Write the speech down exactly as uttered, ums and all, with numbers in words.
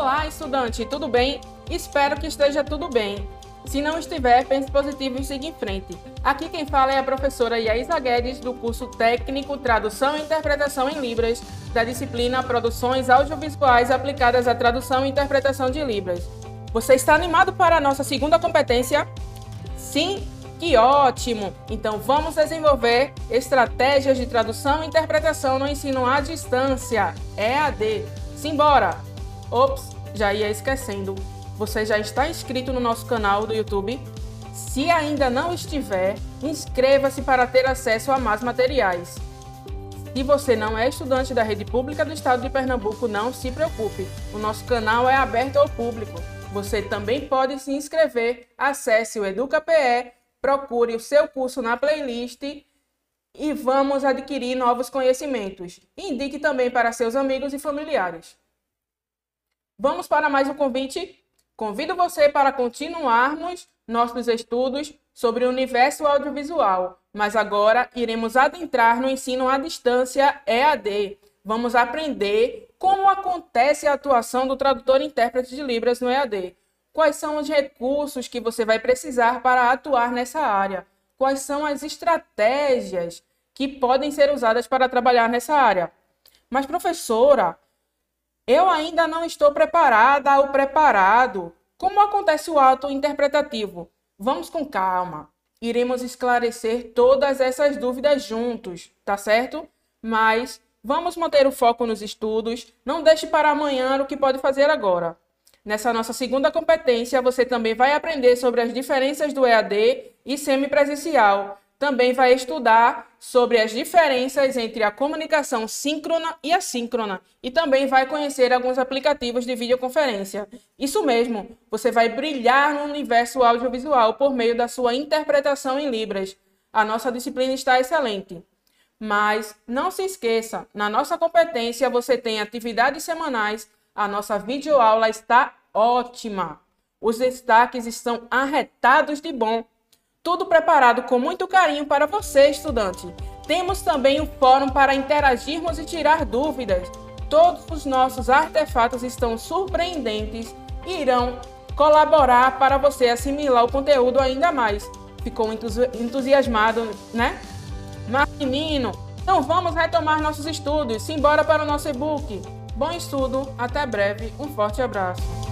Olá, estudante, tudo bem? Espero que esteja tudo bem. Se não estiver, pense positivo e siga em frente. Aqui quem fala é a professora Yaisa Guedes, do curso técnico Tradução e Interpretação em Libras, da disciplina Produções Audiovisuais aplicadas à tradução e interpretação de Libras. Você está animado para a nossa segunda competência? Sim? Que ótimo! Então vamos desenvolver estratégias de tradução e interpretação no ensino à distância, E A D. Simbora! Ops, já ia esquecendo. Você já está inscrito no nosso canal do YouTube? Se ainda não estiver, inscreva-se para ter acesso a mais materiais. Se você não é estudante da rede pública do estado de Pernambuco, não se preocupe. O nosso canal é aberto ao público. Você também pode se inscrever. Acesse o EducaPE, procure o seu curso na playlist e vamos adquirir novos conhecimentos. Indique também para seus amigos e familiares. Vamos para mais um convite? Convido você para continuarmos nossos estudos sobre o universo audiovisual, mas agora iremos adentrar no ensino à distância E A D. Vamos aprender como acontece a atuação do tradutor e intérprete de Libras no E A D. Quais são os recursos que você vai precisar para atuar nessa área? Quais são as estratégias que podem ser usadas para trabalhar nessa área? Mas, professora, eu ainda não estou preparada ou preparado. Como acontece o ato interpretativo? Vamos com calma. Iremos esclarecer todas essas dúvidas juntos, tá certo? Mas vamos manter o foco nos estudos. Não deixe para amanhã o que pode fazer agora. Nessa nossa segunda competência, você também vai aprender sobre as diferenças do E A D e semipresencial. Também vai estudar sobre as diferenças entre a comunicação síncrona e assíncrona. E também vai conhecer alguns aplicativos de videoconferência. Isso mesmo, você vai brilhar no universo audiovisual por meio da sua interpretação em Libras. A nossa disciplina está excelente. Mas não se esqueça, na nossa competência você tem atividades semanais. A nossa videoaula está ótima. Os destaques estão arretados de bom. Tudo preparado com muito carinho para você, estudante. Temos também um fórum para interagirmos e tirar dúvidas. Todos os nossos artefatos estão surpreendentes e irão colaborar para você assimilar o conteúdo ainda mais. Ficou entusiasmado, né? Mas, menino, então vamos retomar nossos estudos. Simbora para o nosso e-book. Bom estudo, até breve, um forte abraço.